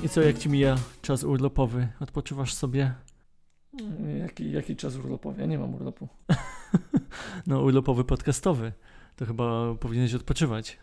I co, jak ci mija czas urlopowy? Odpoczywasz sobie? Jaki czas urlopowy? Ja nie mam urlopu. No, urlopowy podcastowy. To chyba powinieneś odpoczywać.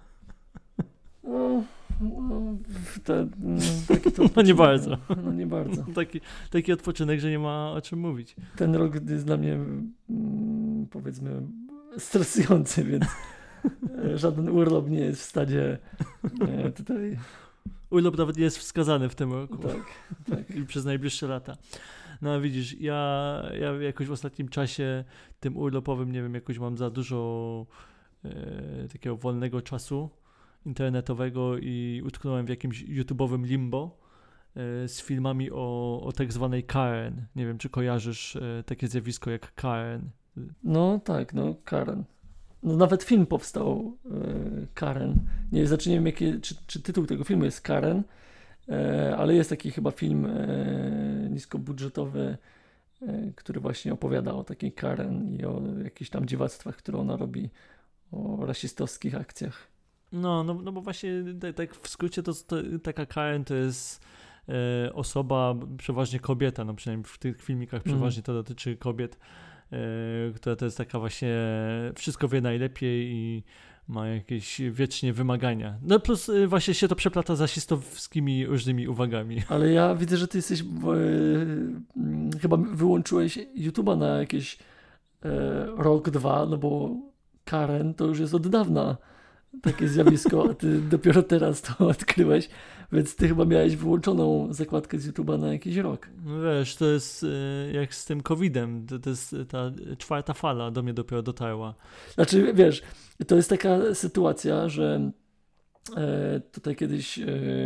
No nie bardzo. No nie bardzo. Taki odpoczynek, że nie ma o czym mówić. Ten rok jest dla mnie powiedzmy stresujący, więc żaden urlop nie jest w stanie tutaj... Urlop nawet nie jest wskazany w tym roku. Tak. I przez najbliższe lata. No widzisz, ja jakoś w ostatnim czasie tym urlopowym, nie wiem, jakoś mam za dużo takiego wolnego czasu internetowego i utknąłem w jakimś YouTube'owym limbo z filmami o tak zwanej Karen. Nie wiem, czy kojarzysz takie zjawisko jak Karen. No tak, Karen. No nawet film powstał Karen. Nie wiem, czy tytuł tego filmu jest Karen, ale jest taki chyba film niskobudżetowy, który właśnie opowiada o takiej Karen i o jakichś tam dziwactwach, które ona robi, o rasistowskich akcjach. No bo właśnie tak w skrócie to taka Karen to jest osoba, przeważnie kobieta, no przynajmniej w tych filmikach przeważnie to dotyczy kobiet, która to jest taka właśnie wszystko wie najlepiej i ma jakieś wiecznie wymagania. No plus właśnie się to przeplata z rasistowskimi różnymi uwagami. Ale ja widzę, że ty jesteś chyba wyłączyłeś YouTube'a na jakieś rok, dwa, no bo Karen to już jest od dawna takie zjawisko, a ty dopiero teraz to odkryłeś, więc ty chyba miałeś wyłączoną zakładkę z YouTube'a na jakiś rok. No wiesz, to jest jak z tym COVID-em, to jest ta czwarta fala do mnie dopiero dotarła. Znaczy, wiesz, to jest taka sytuacja, że tutaj kiedyś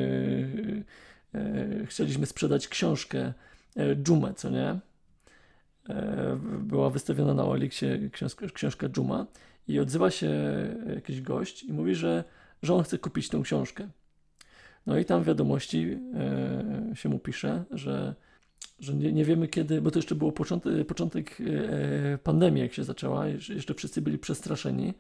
chcieliśmy sprzedać książkę Dżumę, co nie? Była wystawiona na OLX książka Dżuma i odzywa się jakiś gość i mówi, że on chce kupić tą książkę. No i tam w wiadomości się mu pisze, że nie wiemy kiedy, bo to jeszcze było początek pandemii, jak się zaczęła, jeszcze wszyscy byli przestraszeni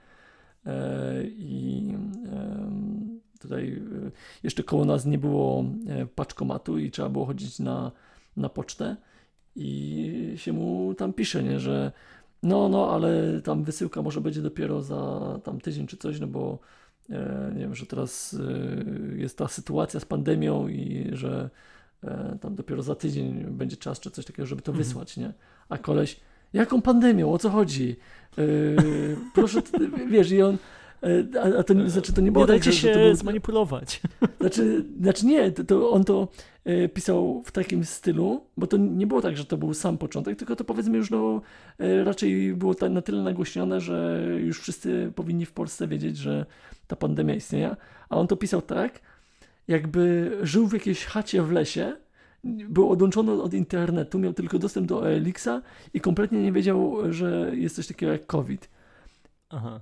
i tutaj jeszcze koło nas nie było paczkomatu i trzeba było chodzić na pocztę i się mu tam pisze, nie, że ale tam wysyłka może będzie dopiero za tam tydzień czy coś, no bo nie wiem, że teraz jest ta sytuacja z pandemią i że tam dopiero za tydzień będzie czas czy coś takiego, żeby to wysłać, nie? A koleś, jaką pandemią, o co chodzi? Proszę, wiesz, i on a to nie było nie dajcie tak, się że to zmanipulować. Znaczy nie, to on to pisał w takim stylu, bo to nie było tak, że to był sam początek, tylko to powiedzmy już raczej było na tyle nagłośnione, że już wszyscy powinni w Polsce wiedzieć, że ta pandemia istnieje, a on to pisał tak, jakby żył w jakiejś chacie w lesie, był odłączony od internetu, miał tylko dostęp do OLX-a i kompletnie nie wiedział, że jest coś takiego jak COVID. Aha.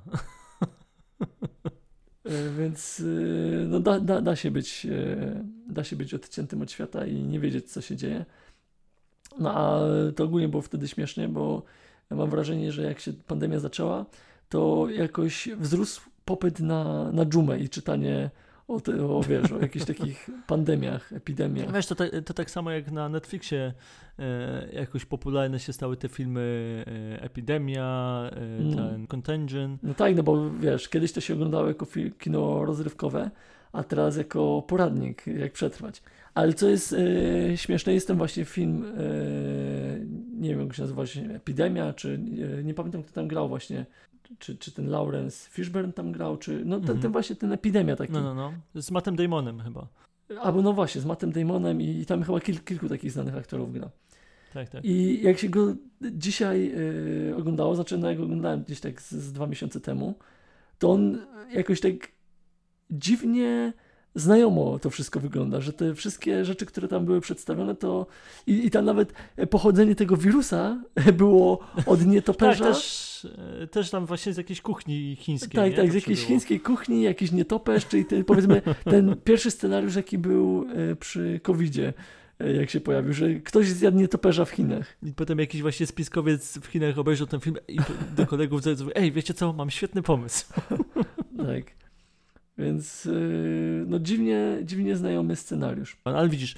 Więc da się być odciętym od świata i nie wiedzieć, co się dzieje. No a to ogólnie było wtedy śmiesznie, bo mam wrażenie, że jak się pandemia zaczęła, to jakoś wzrósł popyt na dżumę i czytanie o jakichś takich pandemiach, epidemiach. Wiesz, to tak samo jak na Netflixie jakoś popularne się stały te filmy Epidemia, ten Contagion. No tak, no bo wiesz, kiedyś to się oglądało jako kino rozrywkowe, a teraz jako poradnik, jak przetrwać. Ale co jest śmieszne, jest ten właśnie film, nie wiem jak się nazywa, Epidemia, czy nie pamiętam kto tam grał właśnie, czy ten Lawrence Fishburne tam grał, czy ten właśnie ten Epidemia taki. No. Z Mattem Damonem chyba. Albo no właśnie, z Mattem Damonem i tam chyba kilku takich znanych aktorów gra. Tak. I jak się go dzisiaj oglądało, jak go oglądałem gdzieś tak z 2 miesiące temu, to on jakoś tak dziwnie znajomo to wszystko wygląda, że te wszystkie rzeczy, które tam były przedstawione, to i tam nawet pochodzenie tego wirusa było od nietoperza. Tak, też tam właśnie z jakiejś kuchni chińskiej. Tak, tak, z jakiejś chińskiej kuchni, jakiś nietoperz, czyli powiedzmy ten pierwszy scenariusz, jaki był przy COVID-zie, jak się pojawił, że ktoś zjadł nietoperza w Chinach. I potem jakiś właśnie spiskowiec w Chinach obejrzał ten film i do kolegów zadzwonił: ej, wiecie co, mam świetny pomysł. Tak. Więc no dziwnie znajomy scenariusz. Ale widzisz,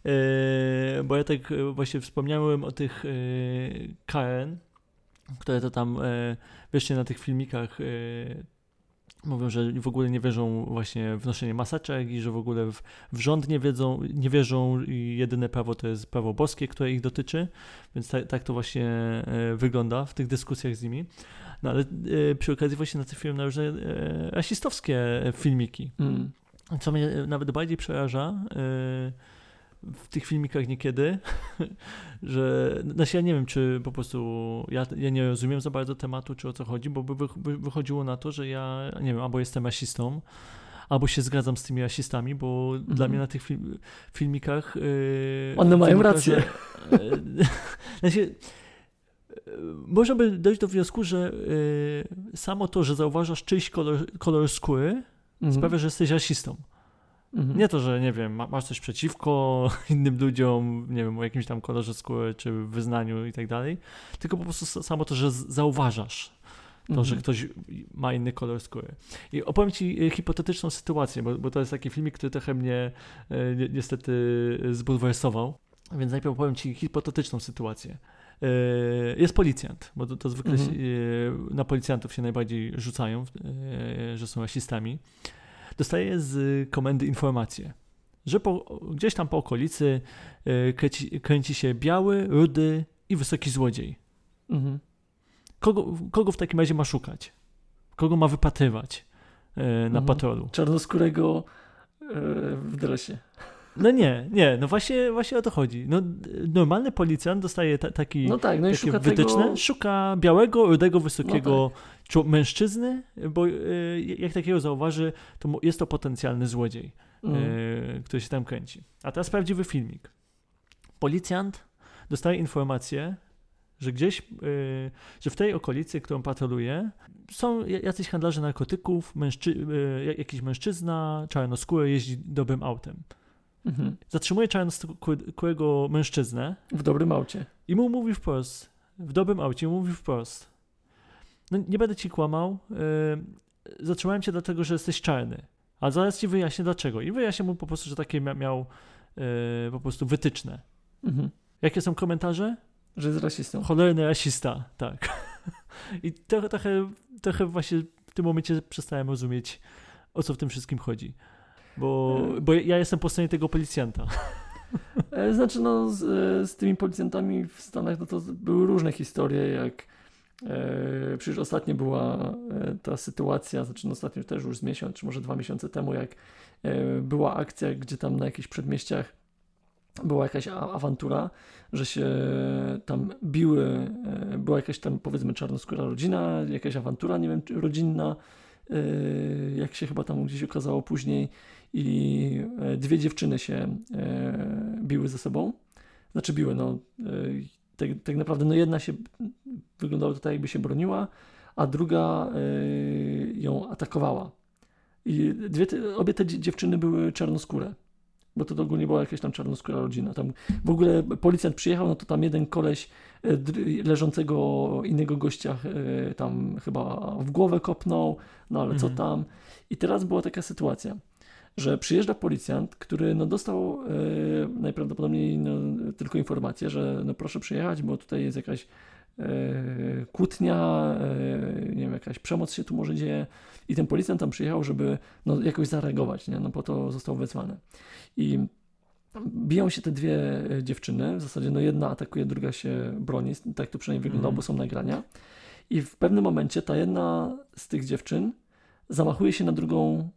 bo ja tak właśnie wspomniałem o tych Karen, które to tam wiesz, na tych filmikach mówią, że w ogóle nie wierzą właśnie w noszenie maseczek i że w ogóle w rząd nie wierzą i jedyne prawo to jest prawo boskie, które ich dotyczy, więc tak to właśnie wygląda w tych dyskusjach z nimi. No ale przy okazji właśnie natrafiłem na różne rasistowskie filmiki. Co mnie nawet bardziej przeraża w tych filmikach niekiedy, że znaczy ja nie wiem, czy po prostu ja nie rozumiem za bardzo tematu, czy o co chodzi, bo by wychodziło na to, że ja nie wiem, albo jestem rasistą, albo się zgadzam z tymi rasistami, bo dla mnie na tych filmikach one mają rację. Znaczy, można by dojść do wniosku, że samo to, że zauważasz czyjś kolor skóry sprawia, że jesteś rasistą. Nie to, że nie wiem, masz coś przeciwko innym ludziom, nie wiem, o jakimś tam kolorze skóry, czy wyznaniu i tak dalej, tylko po prostu samo to, że zauważasz to, że ktoś ma inny kolor skóry. I opowiem ci hipotetyczną sytuację, bo to jest taki filmik, który trochę mnie niestety zbulwersował, więc najpierw opowiem ci hipotetyczną sytuację. Jest policjant, bo to zwykle na policjantów się najbardziej rzucają, że są rasistami. Dostaje z komendy informację, że gdzieś tam po okolicy kręci się biały, rudy i wysoki złodziej. Kogo w takim razie ma szukać? Kogo ma wypatrywać na patrolu? Czarnoskórego w dresie. No nie, no właśnie o to chodzi. No, normalny policjant dostaje takie wytyczne, szuka białego, rudego, wysokiego mężczyzny, bo jak takiego zauważy, to jest to potencjalny złodziej, który się tam kręci. A teraz prawdziwy filmik. Policjant dostaje informację, że gdzieś, że w tej okolicy, którą patroluje, są jacyś handlarze narkotyków, jakiś mężczyzna, czarnoskóry jeździ dobrym autem. Zatrzymuje czarnoskórego mężczyznę. W dobrym aucie. I mu mówi wprost. W dobrym aucie mówi wprost. No nie będę ci kłamał. Zatrzymałem cię dlatego, że jesteś czarny. A zaraz ci wyjaśnię dlaczego. I wyjaśnię mu po prostu, że takie miał po prostu wytyczne. Jakie są komentarze? Że jest rasistą. Cholerny rasista, tak. I trochę właśnie w tym momencie przestałem rozumieć, o co w tym wszystkim chodzi. Bo ja jestem po stronie tego policjanta. Znaczy, no, z tymi policjantami w Stanach, no to były różne historie, jak przecież ostatnio była ta sytuacja, znaczy ostatnio też już z miesiąc, czy może 2 miesiące temu, jak była akcja, gdzie tam na jakichś przedmieściach była jakaś awantura, że się tam biły, była jakaś tam powiedzmy czarnoskóra rodzina, jakaś awantura, nie wiem, rodzinna, jak się chyba tam gdzieś okazało później, i 2 dziewczyny się biły ze sobą. Znaczy biły, no tak naprawdę no jedna się wyglądało to tak, jakby się broniła, a druga ją atakowała. I obie te dziewczyny były czarnoskóre, bo to ogólnie była jakaś tam czarnoskóra rodzina. Tam w ogóle policjant przyjechał, no to tam jeden koleś leżącego innego gościa tam chyba w głowę kopnął, no ale co tam. I teraz była taka sytuacja, że przyjeżdża policjant, który no dostał najprawdopodobniej no, tylko informację, że no proszę przyjechać, bo tutaj jest jakaś kłótnia, nie wiem, jakaś przemoc się tu może dzieje, i ten policjant tam przyjechał, żeby no, jakoś zareagować, nie? No po to został wezwany. I biją się te 2 dziewczyny, w zasadzie no jedna atakuje, druga się broni, tak to przynajmniej wyglądało, bo są nagrania. I w pewnym momencie ta jedna z tych dziewczyn zamachuje się na drugą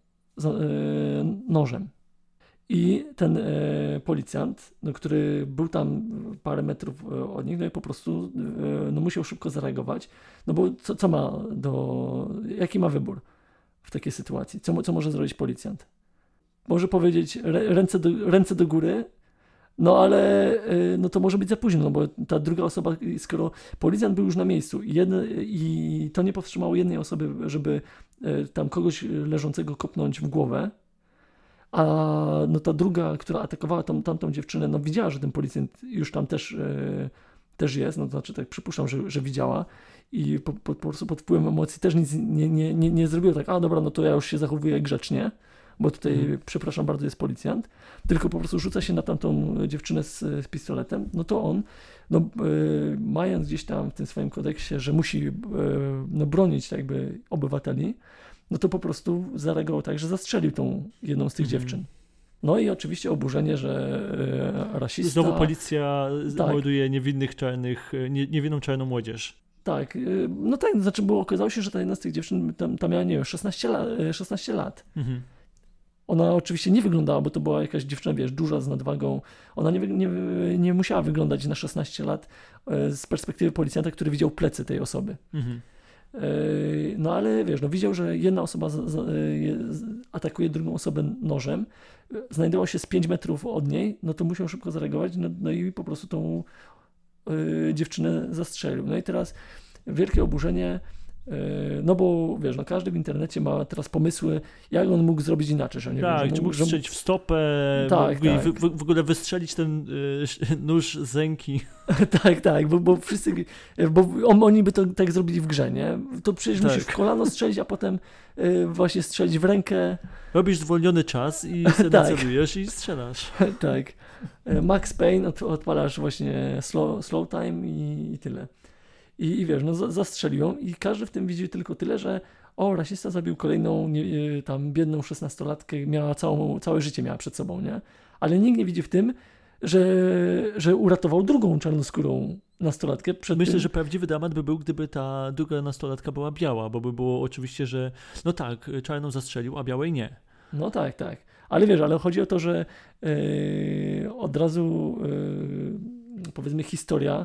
nożem. I ten policjant, no, który był tam parę metrów od nich, no i po prostu no, musiał szybko zareagować, no bo co ma jaki ma wybór w takiej sytuacji? Co może zrobić policjant? Może powiedzieć ręce do góry, no ale no to może być za późno, no bo ta druga osoba, skoro policjant był już na miejscu i to nie powstrzymało jednej osoby, żeby tam kogoś leżącego kopnąć w głowę, a no ta druga, która atakowała tamtą dziewczynę, no widziała, że ten policjant już tam też też jest, no to znaczy tak przypuszczam, że widziała i po prostu pod wpływem emocji też nic nie zrobiła tak, a dobra, no to ja już się zachowuję grzecznie, bo tutaj, przepraszam bardzo, jest policjant, tylko po prostu rzuca się na tamtą dziewczynę z pistoletem, no to on, no, mając gdzieś tam w tym swoim kodeksie, że musi no, bronić tak jakby obywateli, no to po prostu zareagował tak, że zastrzelił tą jedną z tych dziewczyn. No i oczywiście oburzenie, że rasista... Znowu policja tak. morduje niewinną czarną młodzież. Tak, no tak, znaczy, bo okazało się, że ta jedna z tych dziewczyn tam miała, nie wiem, 16 lat. Ona oczywiście nie wyglądała, bo to była jakaś dziewczyna, wiesz, duża, z nadwagą. Ona nie musiała wyglądać na 16 lat z perspektywy policjanta, który widział plecy tej osoby. No ale wiesz, no widział, że jedna osoba atakuje drugą osobę nożem, znajdował się z 5 metrów od niej, no to musiał szybko zareagować, no i po prostu tą dziewczynę zastrzelił. No i teraz wielkie oburzenie, no bo wiesz, no każdy w internecie ma teraz pomysły, jak on mógł zrobić inaczej, że nie tak, wiem, czy mógł strzelić w stopę, tak, tak. W ogóle wystrzelić ten nóż z ręki. tak, bo wszyscy, bo oni by to tak zrobili w grze, nie? To przecież musisz w kolano strzelić, a potem właśnie strzelić w rękę. Robisz zwolniony czas i sobie celujesz i strzelasz. Tak. Max Payne, odpalasz właśnie slow time i tyle. I wiesz, no zastrzelił i każdy w tym widzi tylko tyle, że rasista zabił kolejną tam biedną 16-latkę, miała całe życie miała przed sobą, nie? Ale nikt nie widzi w tym, że uratował drugą czarnoskórą nastolatkę. Myślę, że prawdziwy dramat by był, gdyby ta druga nastolatka była biała, bo by było oczywiście, że no tak, czarną zastrzelił, a białej nie. No tak. Ale wiesz, ale chodzi o to, że od razu powiedzmy historia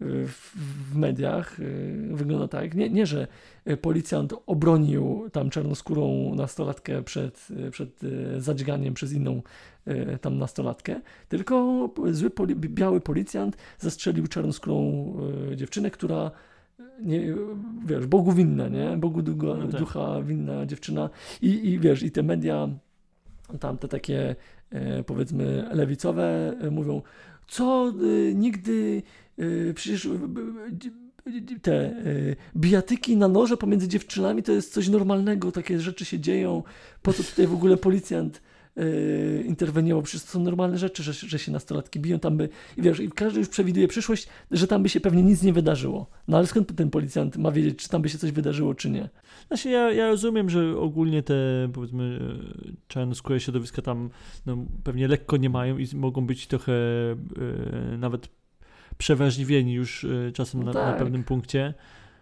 w mediach wygląda tak, nie, że policjant obronił tam czarnoskórą nastolatkę przed zadźganiem przez inną tam nastolatkę, tylko zły biały policjant zastrzelił czarnoskórą dziewczynę, która wiesz, Bogu winna, nie? Bogu ducha winna dziewczyna i wiesz, i te media tam te takie powiedzmy lewicowe mówią, co nigdy przecież te bijatyki na noże pomiędzy dziewczynami to jest coś normalnego, takie rzeczy się dzieją, po co tutaj w ogóle policjant interweniował, przecież to są normalne rzeczy, że się nastolatki biją tam by, i wiesz, i każdy już przewiduje przyszłość, że tam by się pewnie nic nie wydarzyło. No ale skąd ten policjant ma wiedzieć, czy tam by się coś wydarzyło, czy nie? Znaczy ja rozumiem, że ogólnie te powiedzmy czarnoskóre środowiska tam no, pewnie lekko nie mają i mogą być trochę nawet przewrażliwieni już czasem na pewnym punkcie.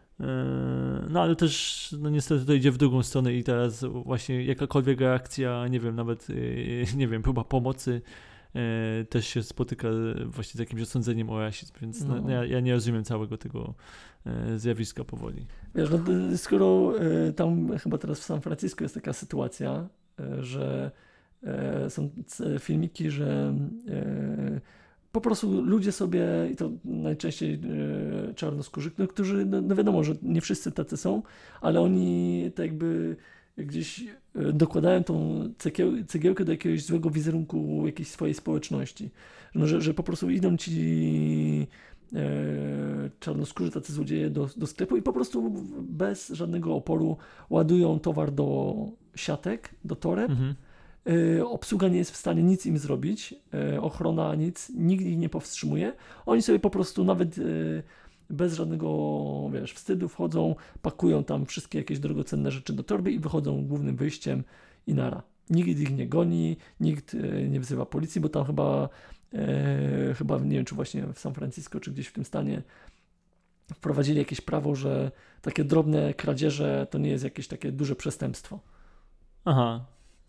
No ale też no niestety to idzie w drugą stronę i teraz właśnie jakakolwiek reakcja, nie wiem, nawet nie wiem, próba pomocy też się spotyka właśnie z jakimś osądzeniem o rasizm, więc ja nie rozumiem całego tego zjawiska powoli. Wiesz, no, skoro tam chyba teraz w San Francisco jest taka sytuacja, że są filmiki, że po prostu ludzie sobie, i to najczęściej czarnoskórzy, którzy, no wiadomo, że nie wszyscy tacy są, ale oni tak jakby gdzieś dokładają tą cegiełkę do jakiegoś złego wizerunku jakiejś swojej społeczności. No, że po prostu idą ci czarnoskórzy tacy złodzieje do sklepu i po prostu bez żadnego oporu ładują towar do siatek, do toreb. Obsługa nie jest w stanie nic im zrobić, ochrona nic, nikt ich nie powstrzymuje. Oni sobie po prostu nawet bez żadnego, wiesz, wstydu wchodzą, pakują tam wszystkie jakieś drogocenne rzeczy do torby i wychodzą głównym wyjściem i nara. Nikt ich nie goni, nikt nie wzywa policji, bo tam chyba nie wiem, czy właśnie w San Francisco, czy gdzieś w tym stanie wprowadzili jakieś prawo, że takie drobne kradzieże to nie jest jakieś takie duże przestępstwo. Aha.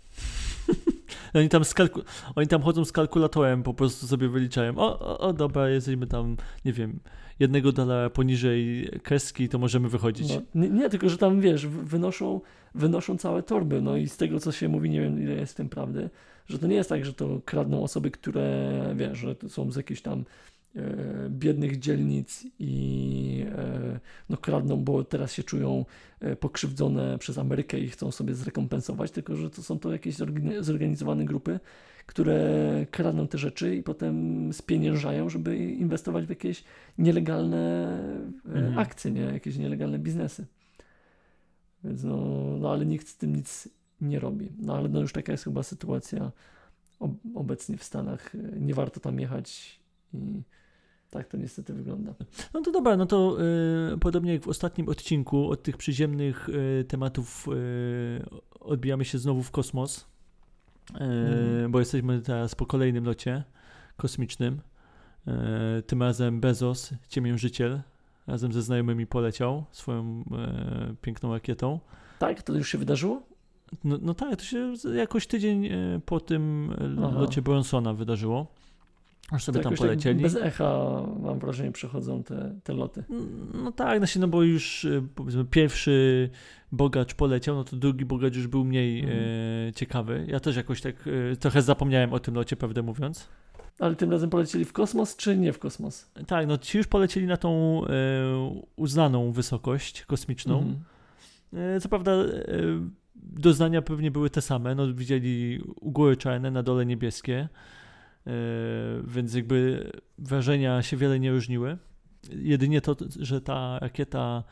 Oni tam chodzą z kalkulatorem, po prostu sobie wyliczają. Dobra, jesteśmy tam, nie wiem, $1 poniżej kreski, to możemy wychodzić. No, nie, tylko że tam, wiesz, wynoszą całe torby. No i z tego, co się mówi, nie wiem, ile jest w tym prawdy, że to nie jest tak, że to kradną osoby, które, wiesz, że to są z jakichś tam biednych dzielnic i no kradną, bo teraz się czują pokrzywdzone przez Amerykę i chcą sobie zrekompensować, tylko że to są to jakieś zorganizowane grupy, które kradną te rzeczy i potem spieniężają, żeby inwestować w jakieś nielegalne akcje, nie? Jakieś nielegalne biznesy. Więc no ale nikt z tym nic nie robi. No ale no już taka jest chyba sytuacja obecnie w Stanach. Nie warto tam jechać i tak to niestety wygląda. No to dobra, no to podobnie jak w ostatnim odcinku od tych przyziemnych tematów odbijamy się znowu w kosmos, bo jesteśmy teraz po kolejnym locie kosmicznym. Tym razem Bezos, ciemiężyciel, razem ze znajomymi poleciał swoją piękną rakietą. Tak? To już się wydarzyło? No tak, to się jakoś tydzień po tym locie Bronsona wydarzyło. Aż sobie tam polecieli. Tak bez echa, mam wrażenie, przechodzą te loty. No tak, no bo już powiedzmy pierwszy bogacz poleciał, no to drugi bogacz już był mniej ciekawy. Ja też jakoś tak trochę zapomniałem o tym locie, prawdę mówiąc. Ale tym razem polecieli w kosmos, czy nie w kosmos? Tak, no ci już polecieli na tą uznaną wysokość kosmiczną. Co prawda doznania pewnie były te same, no widzieli u góry czarne, na dole niebieskie. Więc jakby wrażenia się wiele nie różniły. Jedynie to, że ta rakieta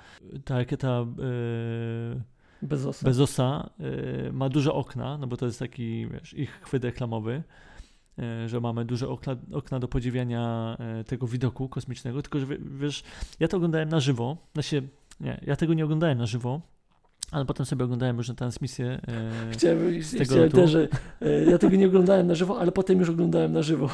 Bezosa ma duże okna, no bo to jest taki, wiesz, ich chwyt reklamowy, że mamy duże okna do podziwiania tego widoku kosmicznego, tylko że wiesz, ja to oglądałem na żywo, ja tego nie oglądałem na żywo, ale potem sobie oglądałem różne transmisje z tego lotu. Też, że ja tego nie oglądałem na żywo, ale potem już oglądałem na żywo.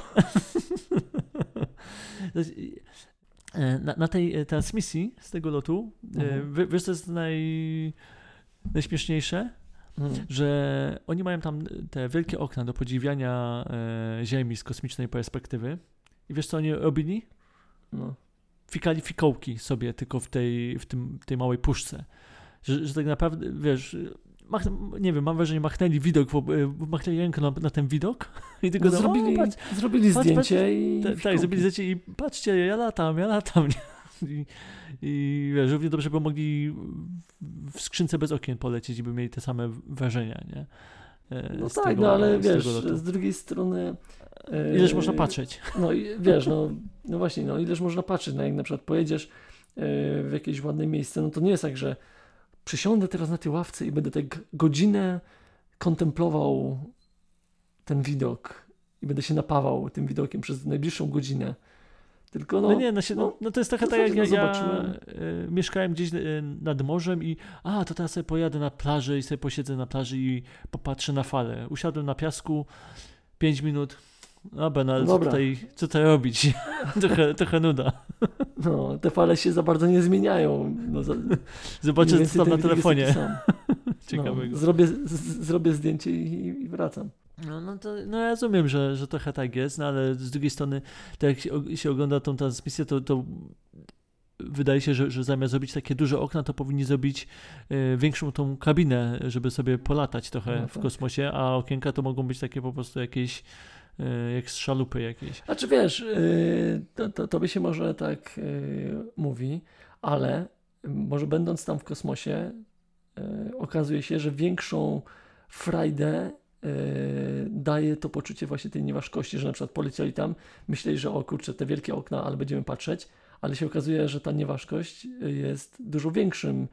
Na tej transmisji z tego lotu, wiesz co jest najśmieszniejsze? Że oni mają tam te wielkie okna do podziwiania Ziemi z kosmicznej perspektywy. I wiesz co oni robili? Fikali fikołki sobie tylko w tej małej puszce. Że tak naprawdę, wiesz, nie wiem, mam wrażenie, machnęli widok, machnęli rękę na ten widok i tylko zrobili zdjęcie i tak, zrobili zdjęcie i patrzcie, ja latam. I wiesz, równie dobrze by mogli w skrzynce bez okien polecieć i by mieli te same wrażenia, nie? No tak, ale wiesz, z drugiej strony... Ileż można patrzeć? No wiesz, no właśnie, ileż można patrzeć, jak na przykład pojedziesz w jakieś ładne miejsce, no to nie jest tak, że przysiądę teraz na tej ławce i będę tak godzinę kontemplował ten widok i będę się napawał tym widokiem przez najbliższą godzinę. Tylko no to jest trochę tak, jak ja mieszkałem gdzieś nad morzem i to teraz sobie pojadę na plażę i sobie posiedzę na plaży i popatrzę na fale. Usiadłem na piasku, 5 minut. Co tutaj robić? trochę nuda. No, te fale się za bardzo nie zmieniają. Zobaczę, co tam na telefonie. Ciekawego. Zrobię zdjęcie i wracam. No ja rozumiem, że trochę tak jest, no ale z drugiej strony, tak jak się ogląda tą transmisję, to wydaje się, że zamiast zrobić takie duże okna, to powinni zrobić większą tą kabinę, żeby sobie polatać trochę w kosmosie, a okienka to mogą być takie po prostu jakieś jak z szalupy jakieś. A czy wiesz, to by się może tak mówi, ale może będąc tam w kosmosie okazuje się, że większą frajdę daje to poczucie właśnie tej nieważkości, że na przykład polecieli tam, myśleli, że te wielkie okna, ale będziemy patrzeć, ale się okazuje, że ta nieważkość jest dużo większym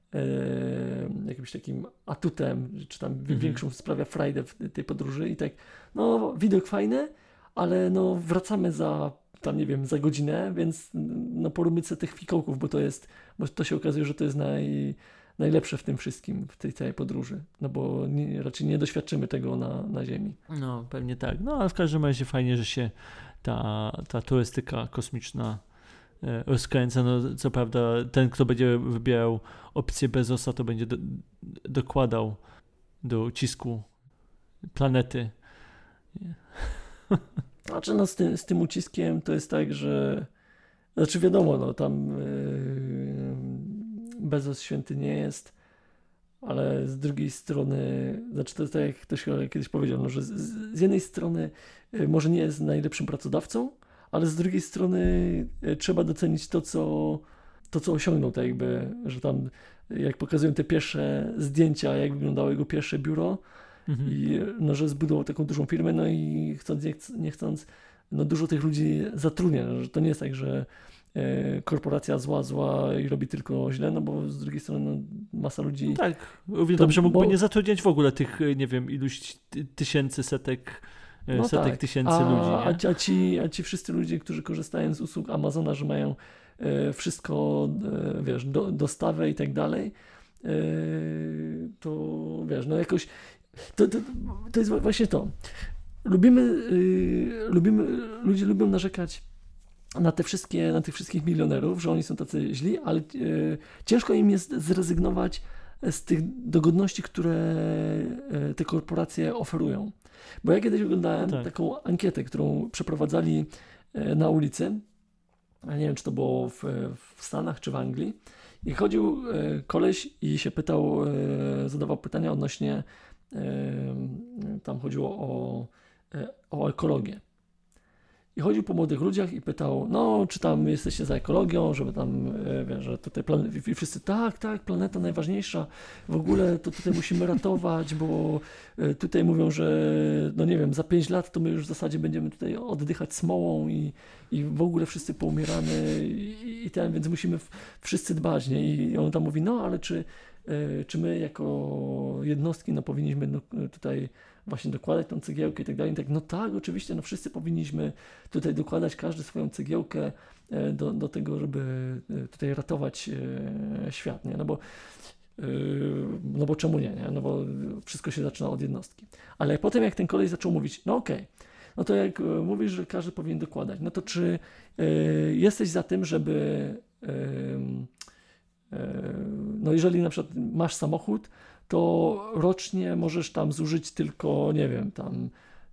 jakimś takim atutem, czy tam większą sprawia frajdę w tej podróży i tak, widok fajny, ale wracamy za godzinę, więc poróbmy sobie tych fikołków, bo to się okazuje, że to jest najlepsze w tym wszystkim, w tej całej podróży, bo raczej nie doświadczymy tego na Ziemi. No, pewnie tak. No, ale w każdym razie fajnie, że się ta turystyka kosmiczna rozkręca. No, co prawda ten, kto będzie wybierał opcję Bezosa, to będzie dokładał do ucisku planety. Znaczy, z tym uciskiem to jest tak, że wiadomo, tam Bezos święty nie jest, ale z drugiej strony, to jest tak, jak ktoś kiedyś powiedział, że z jednej strony może nie jest najlepszym pracodawcą, ale z drugiej strony trzeba docenić to, co osiągnął, tak jakby, że tam jak pokazują te pierwsze zdjęcia, jak wyglądało jego pierwsze biuro I no, że zbudował taką dużą firmę, no i chcąc, nie chcąc, no dużo tych ludzi zatrudnia, że to nie jest tak, że korporacja zła i robi tylko źle, no bo z drugiej strony no, masa ludzi... No tak, równie dobrze mógłby nie zatrudniać w ogóle tych, nie wiem, iluś tysięcy, setek tysięcy ludzi. A ci wszyscy ludzie, którzy korzystają z usług Amazona, że mają wszystko, wiesz, dostawę i tak dalej, to wiesz, no jakoś to jest właśnie to. Ludzie lubią narzekać na tych wszystkich milionerów, że oni są tacy źli, ale ciężko im jest zrezygnować z tych dogodności, które te korporacje oferują. Bo ja kiedyś oglądałem taką ankietę, którą przeprowadzali na ulicy. Ja nie wiem, czy to było w Stanach, czy w Anglii. I chodził koleś i się pytał, zadawał pytania odnośnie, tam chodziło o ekologię. I chodził po młodych ludziach i pytał, no czy tam jesteście za ekologią, żeby tam, wiesz, że tutaj i wszyscy tak, planeta najważniejsza, w ogóle to tutaj musimy ratować, bo tutaj mówią, że no nie wiem, za 5 lat to my już w zasadzie będziemy tutaj oddychać smołą i w ogóle wszyscy poumieramy i więc musimy wszyscy dbać, nie? I on tam mówi, no ale czy my jako jednostki no powinniśmy tutaj właśnie dokładać tą cegiełkę i tak dalej. No tak, oczywiście, no wszyscy powinniśmy tutaj dokładać każdy swoją cegiełkę do tego, żeby tutaj ratować świat, nie? No bo czemu nie? No bo wszystko się zaczyna od jednostki. Ale potem jak ten koleś zaczął mówić, no okej, no to jak mówisz, że każdy powinien dokładać, no to czy jesteś za tym, żeby no jeżeli na przykład masz samochód, to rocznie możesz tam zużyć tylko, nie wiem, tam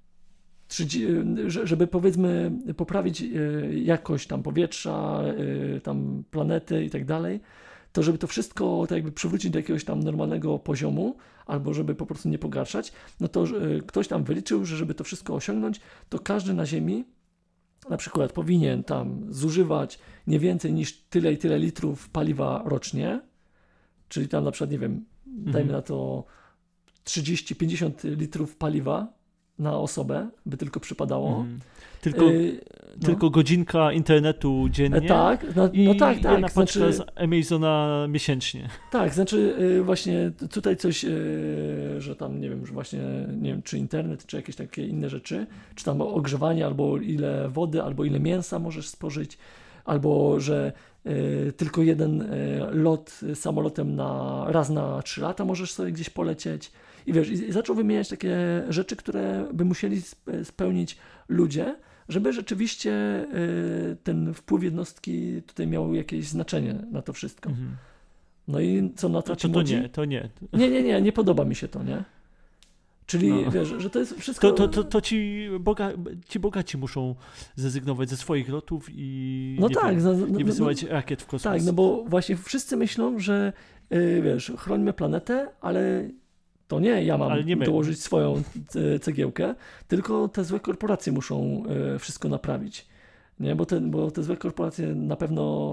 żeby powiedzmy poprawić jakość tam powietrza, tam planety i tak dalej, to żeby to wszystko tak jakby przywrócić do jakiegoś tam normalnego poziomu, albo żeby po prostu nie pogarszać, no to ktoś tam wyliczył, że żeby to wszystko osiągnąć, to każdy na Ziemi na przykład powinien tam zużywać nie więcej niż tyle i tyle litrów paliwa rocznie, czyli tam na przykład, nie wiem, dajmy na to 30-50 litrów paliwa na osobę, by tylko przypadało. Tylko godzinka internetu dziennie. Tak, tak. Jedna paczka z Amazona miesięcznie. Tak, znaczy właśnie tutaj coś, że tam nie wiem, że właśnie nie wiem, czy internet, czy jakieś takie inne rzeczy, czy tam ogrzewanie, albo ile wody, albo ile mięsa możesz spożyć, albo że tylko jeden lot samolotem raz na 3 lata możesz sobie gdzieś polecieć. I wiesz, i zaczął wymieniać takie rzeczy, które by musieli spełnić ludzie, żeby rzeczywiście ten wpływ jednostki tutaj miał jakieś znaczenie na to wszystko. No i co na to ci młodzi? To nie. Nie podoba mi się to, nie? Czyli wiesz, że to jest wszystko... To ci bogaci muszą zrezygnować ze swoich lotów i nie wysyłać rakiet w kosmos. Tak, no bo właśnie wszyscy myślą, że wiesz, chrońmy planetę, ale to nie ja mam dołożyć swoją cegiełkę, tylko te złe korporacje muszą wszystko naprawić. Nie, bo te złe korporacje na pewno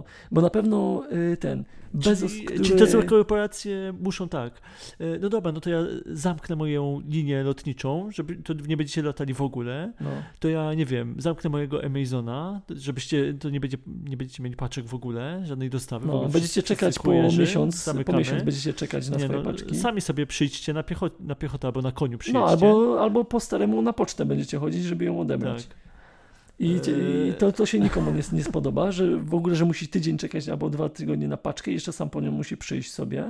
Bezos, Czyli te złe korporacje muszą tak. No dobra, no to ja zamknę moją linię lotniczą, żeby to nie będziecie latali w ogóle. No. To ja nie wiem, zamknę mojego Amazona, żebyście to nie będziecie mieli paczek w ogóle, żadnej dostawy. No, będziecie czekać po miesiąc będziecie czekać na swoje paczki. Sami sobie przyjdźcie na piechotę albo na koniu przyjedźcie. No, albo po staremu na pocztę będziecie chodzić, żeby ją odebrać. Tak. I to się nikomu nie spodoba, że w ogóle, że musi tydzień czekać albo 2 tygodnie na paczkę i jeszcze sam po nią musi przyjść sobie.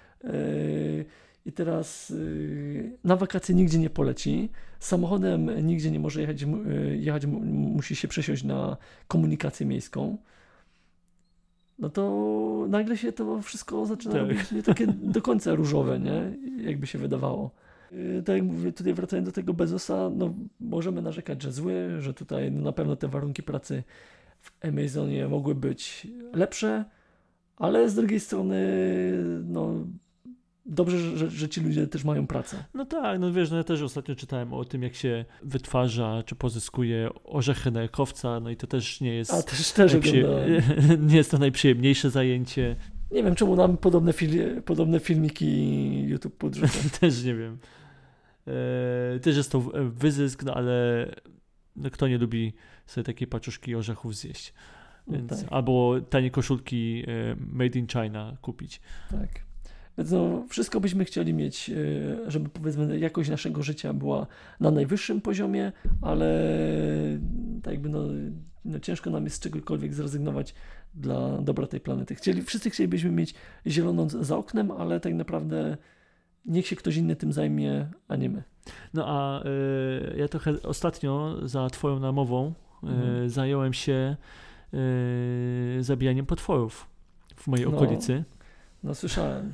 I teraz na wakacje nigdzie nie poleci, samochodem nigdzie nie może jechać, musi się przesiąść na komunikację miejską. No to nagle się to wszystko zaczyna robić nie takie do końca różowe, nie? Jakby się wydawało. Tak jak mówię, tutaj wracając do tego Bezosa, no możemy narzekać, że zły, że tutaj na pewno te warunki pracy w Amazonie mogły być lepsze, ale z drugiej strony no dobrze, że ci ludzie też mają pracę. No tak, no wiesz, no ja też ostatnio czytałem o tym, jak się wytwarza, czy pozyskuje orzechy nerkowca, no i to też nie jest nie jest to najprzyjemniejsze zajęcie. Nie wiem, czemu nam podobne filmiki YouTube podrzuca. Też nie wiem. Też jest to wyzysk, no ale no, kto nie lubi sobie takiej paczuszki orzechów zjeść. Więc, tak. Albo tanie koszulki made in China kupić. Tak. Więc no, wszystko byśmy chcieli mieć, żeby powiedzmy jakość naszego życia była na najwyższym poziomie, ale tak jakby no ciężko nam jest z czegokolwiek zrezygnować dla dobra tej planety. Wszyscy chcielibyśmy mieć zieloną za oknem, ale tak naprawdę niech się ktoś inny tym zajmie, a nie my. No a ja trochę ostatnio za twoją namową zająłem się zabijaniem potworów w mojej okolicy. No słyszałem.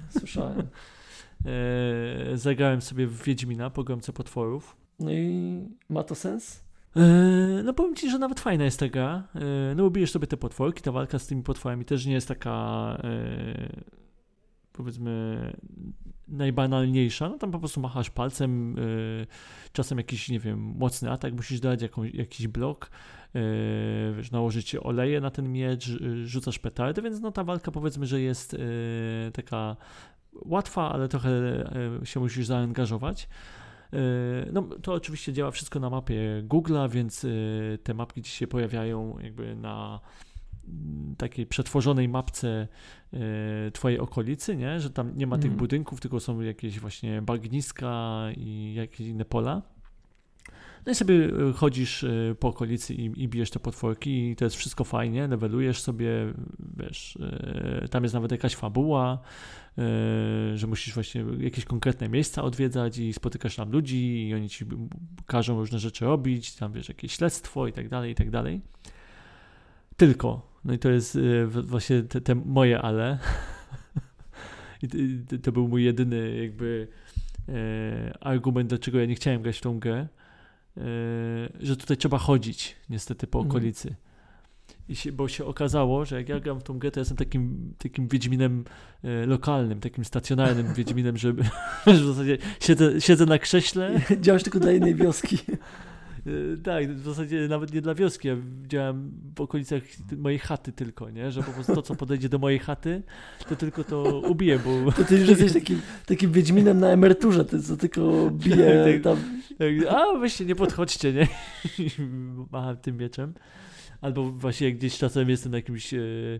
Zagrałem sobie w Wiedźmina, pogromcę potworów. No i ma to sens? No powiem ci, że nawet fajna jest ta gra. No bo bijesz sobie te potworki, ta walka z tymi potworami też nie jest taka powiedzmy najbanalniejsza. No tam po prostu machasz palcem, czasem jakiś, nie wiem, mocny atak musisz dać, jakiś blok, wiesz, nałożyć oleje na ten miecz, rzucasz petardy, więc no ta walka powiedzmy, że jest taka łatwa, ale trochę się musisz zaangażować. No to oczywiście działa wszystko na mapie Google'a, więc te mapki ci się pojawiają jakby na takiej przetworzonej mapce twojej okolicy, nie? Że tam nie ma tych budynków, tylko są jakieś właśnie bagniska i jakieś inne pola. No i sobie chodzisz po okolicy i bijesz te potworki i to jest wszystko fajnie, levelujesz sobie, wiesz, tam jest nawet jakaś fabuła, że musisz właśnie jakieś konkretne miejsca odwiedzać i spotykasz tam ludzi i oni ci każą różne rzeczy robić, tam wiesz, jakieś śledztwo i tak dalej, i tak dalej. Tylko, no i to jest właśnie te moje ale. I to był mój jedyny jakby argument, dlaczego ja nie chciałem grać w tą grę, że tutaj trzeba chodzić niestety po okolicy. Bo się okazało, że jak ja gram w tą grę, to jestem takim Wiedźminem lokalnym, takim stacjonarnym Wiedźminem, że w zasadzie siedzę na krześle. Działasz tylko dla jednej wioski. Tak, w zasadzie nawet nie dla wioski, ja działałem w okolicach mojej chaty tylko, nie? Że po prostu to, co podejdzie do mojej chaty, to tylko to ubiję, bo... To ty już jesteś takim Wiedźminem na emeryturze, ty co tylko bije tam... A weźcie, nie podchodźcie, nie? Macham tym mieczem. Albo właśnie gdzieś czasem jestem na jakimś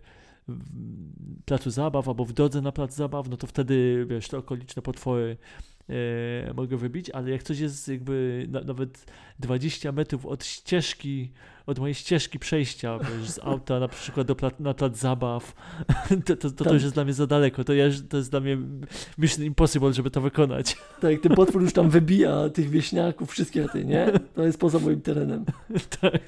placu zabaw, albo w drodze na plac zabaw, no to wtedy, wiesz, te okoliczne potwory mogę wybić, ale jak coś jest jakby nawet 20 metrów od mojej ścieżki przejścia, wiesz, z auta na przykład na plac zabaw, to już jest dla mnie za daleko, to jest dla mnie mission impossible, żeby to wykonać. Tak, ten potwór już tam wybija tych wieśniaków, wszystkie ty, nie? To jest poza moim terenem. Tak.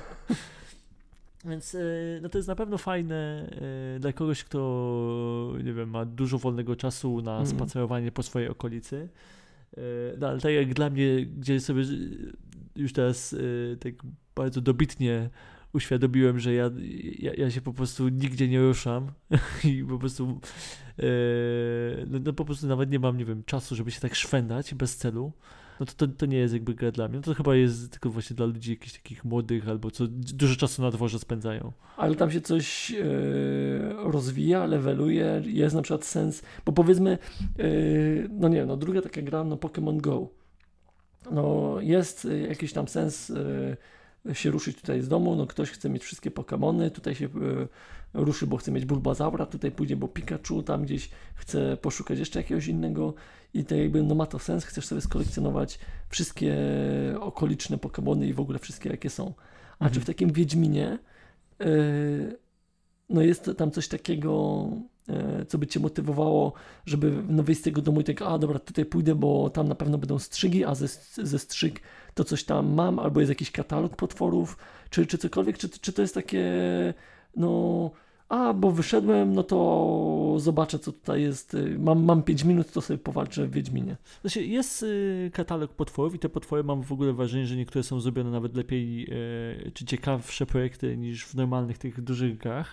Więc no to jest na pewno fajne dla kogoś, kto, nie wiem, ma dużo wolnego czasu na spacerowanie po swojej okolicy. No ale tak jak dla mnie, gdzie sobie już teraz tak bardzo dobitnie uświadomiłem, że ja się po prostu nigdzie nie ruszam i po prostu no po prostu nawet nie mam, nie wiem, czasu, żeby się tak szwendać bez celu. No to nie jest jakby gra dla mnie. No to chyba jest tylko właśnie dla ludzi jakichś takich młodych albo co dużo czasu na dworze spędzają. Ale tam się coś rozwija, leveluje, jest na przykład sens, bo powiedzmy, no nie wiem, no druga taka gra, no Pokémon Go. No jest jakiś tam sens się ruszyć tutaj z domu, no ktoś chce mieć wszystkie Pokémony, tutaj się ruszy, bo chce mieć Bulbazaura, tutaj pójdzie, bo Pikachu, tam gdzieś chce poszukać jeszcze jakiegoś innego i to jakby, no ma to sens, chcesz sobie skolekcjonować wszystkie okoliczne Pokémony i w ogóle wszystkie jakie są. A czy w takim Wiedźminie no jest tam coś takiego, co by cię motywowało, żeby no wyjść z tego domu i tak, a dobra, tutaj pójdę, bo tam na pewno będą strzygi, a ze strzyg to coś tam mam, albo jest jakiś katalog potworów, czy cokolwiek, czy to jest takie, no, bo wyszedłem, no to zobaczę, co tutaj jest, mam 5 minut, to sobie powalczę w Wiedźminie. Znaczy jest katalog potworów i te potwory mam w ogóle wrażenie, że niektóre są zrobione nawet lepiej, czy ciekawsze projekty niż w normalnych tych dużych grach.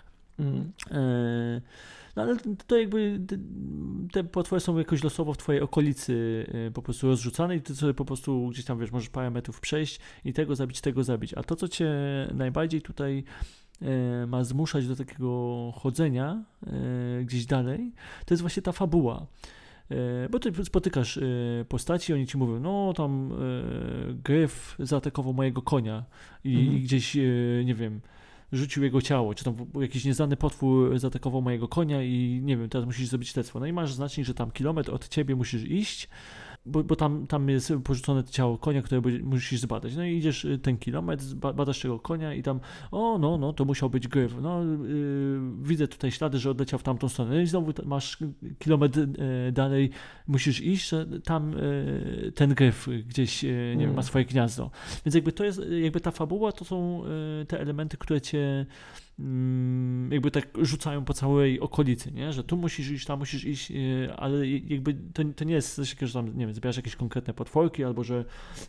No ale to jakby te potwory są jakoś losowo w twojej okolicy po prostu rozrzucane i ty sobie po prostu gdzieś tam, wiesz, możesz parę metrów przejść i tego zabić. A to, co cię najbardziej tutaj ma zmuszać do takiego chodzenia gdzieś dalej, to jest właśnie ta fabuła. bo ty spotykasz postaci, oni ci mówią, no tam gryf zaatakował mojego konia i gdzieś, nie wiem, rzucił jego ciało, czy tam jakiś nieznany potwór zaatakował mojego konia i nie wiem, teraz musisz zrobić śledztwo. No i masz znacznik, że tam kilometr od ciebie musisz iść, bo tam jest porzucone ciało konia, które musisz zbadać. No i idziesz ten kilometr, badasz tego konia i tam, no, to musiał być gryf. No, widzę tutaj ślady, że odleciał w tamtą stronę. No i znowu masz kilometr dalej, musisz iść, że tam ten gryf gdzieś, nie wiem, ma swoje gniazdo. Więc jakby to jest, jakby ta fabuła, to są te elementy, które cię jakby tak rzucają po całej okolicy, nie? Że tu musisz iść, tam musisz iść, ale jakby to nie jest coś takiego, że tam, nie wiem, zbierasz jakieś konkretne potworki, albo że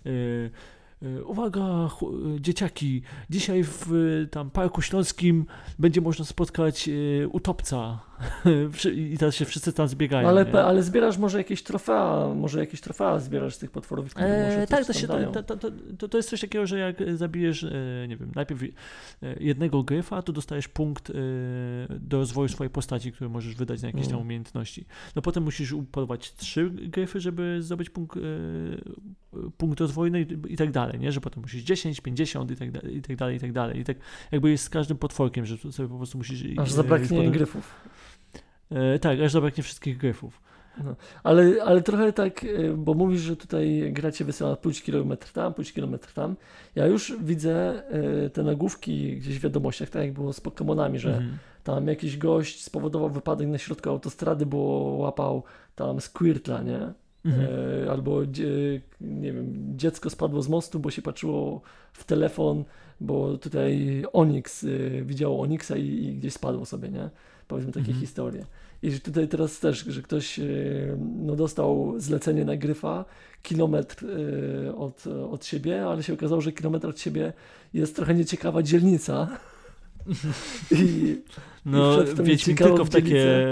uwaga, dzieciaki, dzisiaj w tam Parku Śląskim będzie można spotkać utopca i teraz się wszyscy tam zbiegają. Ale zbierasz może jakieś trofea zbierasz z tych potworów, które może tak, to jest coś takiego, że jak zabijesz, nie wiem, najpierw jednego gryfa, to dostajesz punkt do rozwoju swojej postaci, który możesz wydać na jakieś tam umiejętności. No potem musisz upolować 3 gryfy, żeby zdobyć punkt rozwoju, no i tak dalej, nie? Że potem musisz 10, 50 i tak dalej. I tak jakby jest z każdym potworkiem, że sobie po prostu musisz... Aż zabraknie gryfów. Tak, aż zabraknie wszystkich gryfów. No, ale trochę tak, bo mówisz, że tutaj gra cię wysyła pójdź kilometr tam. Ja już widzę te nagłówki gdzieś w wiadomościach, tak jak było z Pokemonami, że tam jakiś gość spowodował wypadek na środku autostrady, bo łapał tam Squirtla, nie? Albo nie wiem, dziecko spadło z mostu, bo się patrzyło w telefon, bo tutaj Onyx widziało Onyxa i gdzieś spadło sobie, nie? Powiedzmy takie historie. I że tutaj teraz też, że ktoś dostał zlecenie na gryfa kilometr od siebie, ale się okazało, że kilometr od siebie jest trochę nieciekawa dzielnica. Tylko w takie...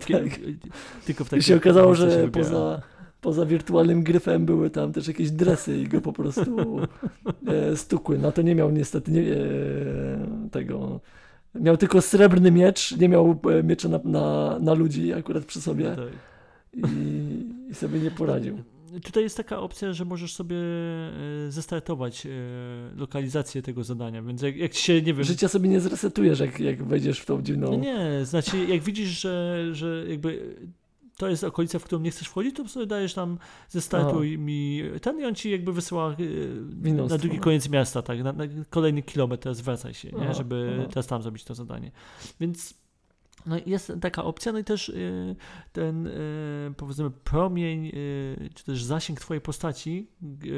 I się okazało, że poza wirtualnym gryfem były tam też jakieś dresy i go po prostu stukły. No to nie miał niestety tego... Miał tylko srebrny miecz, nie miał miecza na ludzi akurat przy sobie i sobie nie poradził. Tutaj jest taka opcja, że możesz sobie zestartować lokalizację tego zadania, więc jak się, nie wiem... Życia sobie nie zresetujesz, jak wejdziesz w tą dziwną... No nie, znaczy jak widzisz, że jakby... To jest okolica, w którą nie chcesz wchodzić, to sobie dajesz tam zestartuj mi ten i on ci jakby wysyła na drugi koniec miasta, tak, na kolejny kilometr, zwracaj się, nie? Żeby teraz tam zrobić to zadanie. Więc no jest taka opcja, no i też ten powiedzmy promień, czy też zasięg twojej postaci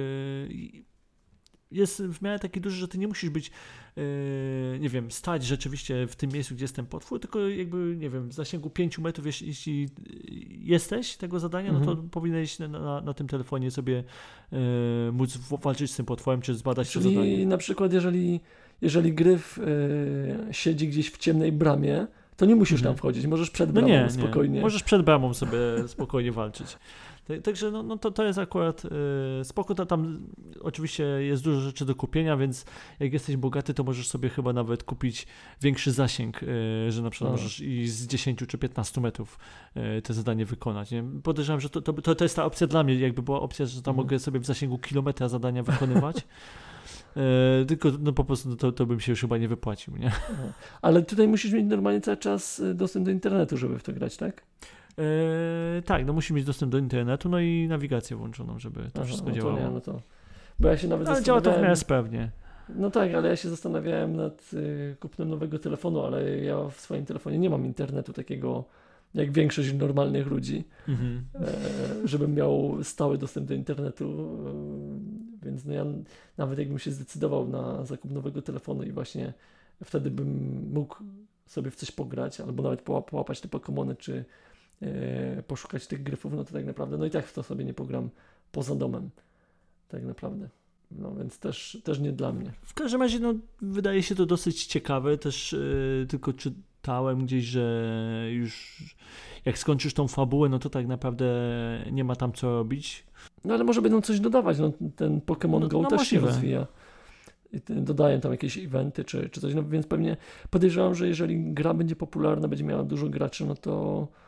jest w miarę taki duży, że ty nie musisz być, nie wiem, stać rzeczywiście w tym miejscu, gdzie jest ten potwór, tylko jakby, nie wiem, w zasięgu 5 metrów, jeśli jesteś tego zadania, no to powinieneś na tym telefonie sobie móc walczyć z tym potworem, czy zbadać to zadanie. Czyli na przykład, jeżeli gryf siedzi gdzieś w ciemnej bramie, to nie musisz tam wchodzić, możesz przed bramą spokojnie. Nie. Możesz przed bramą sobie spokojnie walczyć. Także to jest akurat spoko, tam oczywiście jest dużo rzeczy do kupienia, więc jak jesteś bogaty, to możesz sobie chyba nawet kupić większy zasięg, że na przykład możesz i z 10 czy 15 metrów te zadanie wykonać. Nie? Podejrzewam, że to jest ta opcja dla mnie, jakby była opcja, że tam mogę sobie w zasięgu kilometra zadania wykonywać. Tylko po prostu to bym się już chyba nie wypłacił, nie? Ale tutaj musisz mieć normalnie cały czas dostęp do internetu, żeby w to grać, tak? Tak, no musi mieć dostęp do internetu, no i nawigację włączoną, żeby to wszystko działało. Bo ja się nawet ale działa to w miarę sprawnie. No tak, ale ja się zastanawiałem nad kupnem nowego telefonu, ale ja w swoim telefonie nie mam internetu takiego jak większość normalnych ludzi, żebym miał stały dostęp do internetu, więc no ja nawet jakbym się zdecydował na zakup nowego telefonu i właśnie wtedy bym mógł sobie w coś pograć, albo nawet połapać te Pokemony, czy poszukać tych gryfów, no to tak naprawdę, no i tak w to sobie nie pogram poza domem, tak naprawdę. No więc też nie dla mnie. W każdym razie, no wydaje się to dosyć ciekawe, też tylko czytałem gdzieś, że już jak skończysz tą fabułę, no to tak naprawdę nie ma tam co robić. No ale może będą coś dodawać, no ten Pokémon Go też się rozwija. I dodają tam jakieś eventy czy coś, no więc pewnie podejrzewam, że jeżeli gra będzie popularna, będzie miała dużo graczy, no to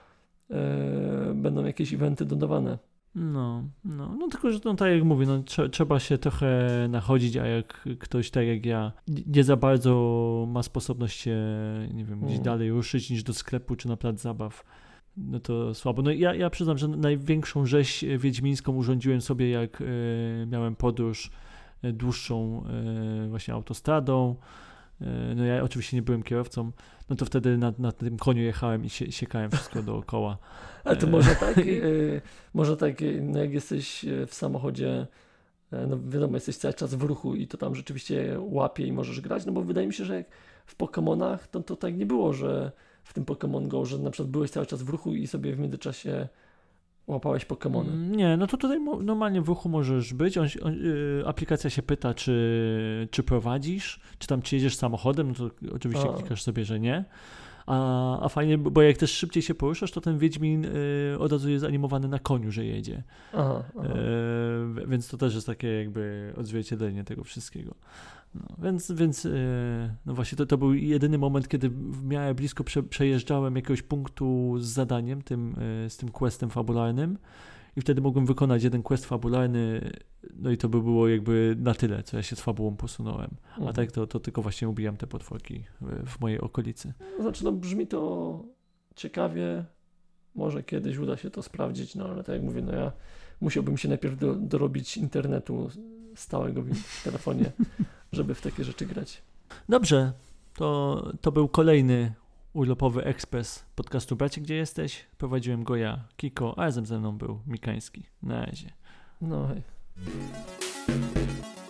będą jakieś eventy dodawane. No tylko, że tak jak mówię, trzeba się trochę nachodzić, a jak ktoś tak jak ja nie za bardzo ma sposobność się, nie wiem, gdzieś dalej ruszyć niż do sklepu czy na plac zabaw, no to słabo. No ja przyznam, że największą rzeź wiedźmińską urządziłem sobie, jak miałem podróż dłuższą właśnie autostradą. No ja oczywiście nie byłem kierowcą, no to wtedy na tym koniu jechałem i siekałem wszystko dookoła. Ale to może tak, no jak jesteś w samochodzie, no wiadomo, jesteś cały czas w ruchu i to tam rzeczywiście łapie i możesz grać, no bo wydaje mi się, że jak w Pokemonach, to tak nie było, że w tym Pokemon Go, że na przykład byłeś cały czas w ruchu i sobie w międzyczasie łapałeś Pokemony. Nie, no to tutaj normalnie w ruchu możesz być. Aplikacja się pyta, czy prowadzisz, czy jedziesz samochodem, no to oczywiście klikasz sobie, że nie. A fajnie, bo jak też szybciej się poruszasz, to ten Wiedźmin od razu jest animowany na koniu, że jedzie. Aha. Więc to też jest takie jakby odzwierciedlenie tego wszystkiego. No, więc no właśnie to był jedyny moment, kiedy w miarę blisko przejeżdżałem jakiegoś punktu z zadaniem, z tym questem fabularnym i wtedy mogłem wykonać jeden quest fabularny, no i to by było jakby na tyle, co ja się z fabułą posunąłem. A tak to tylko właśnie ubijam te potworki w mojej okolicy. Znaczy, no brzmi to ciekawie, może kiedyś uda się to sprawdzić, no ale tak jak mówię, no ja musiałbym się najpierw dorobić internetu stałego w telefonie, żeby w takie rzeczy grać. Dobrze, to był kolejny urlopowy ekspres podcastu Bracie, gdzie jesteś? Prowadziłem go ja, Kiko, a razem ze mną był Mikański. Na razie. No hej.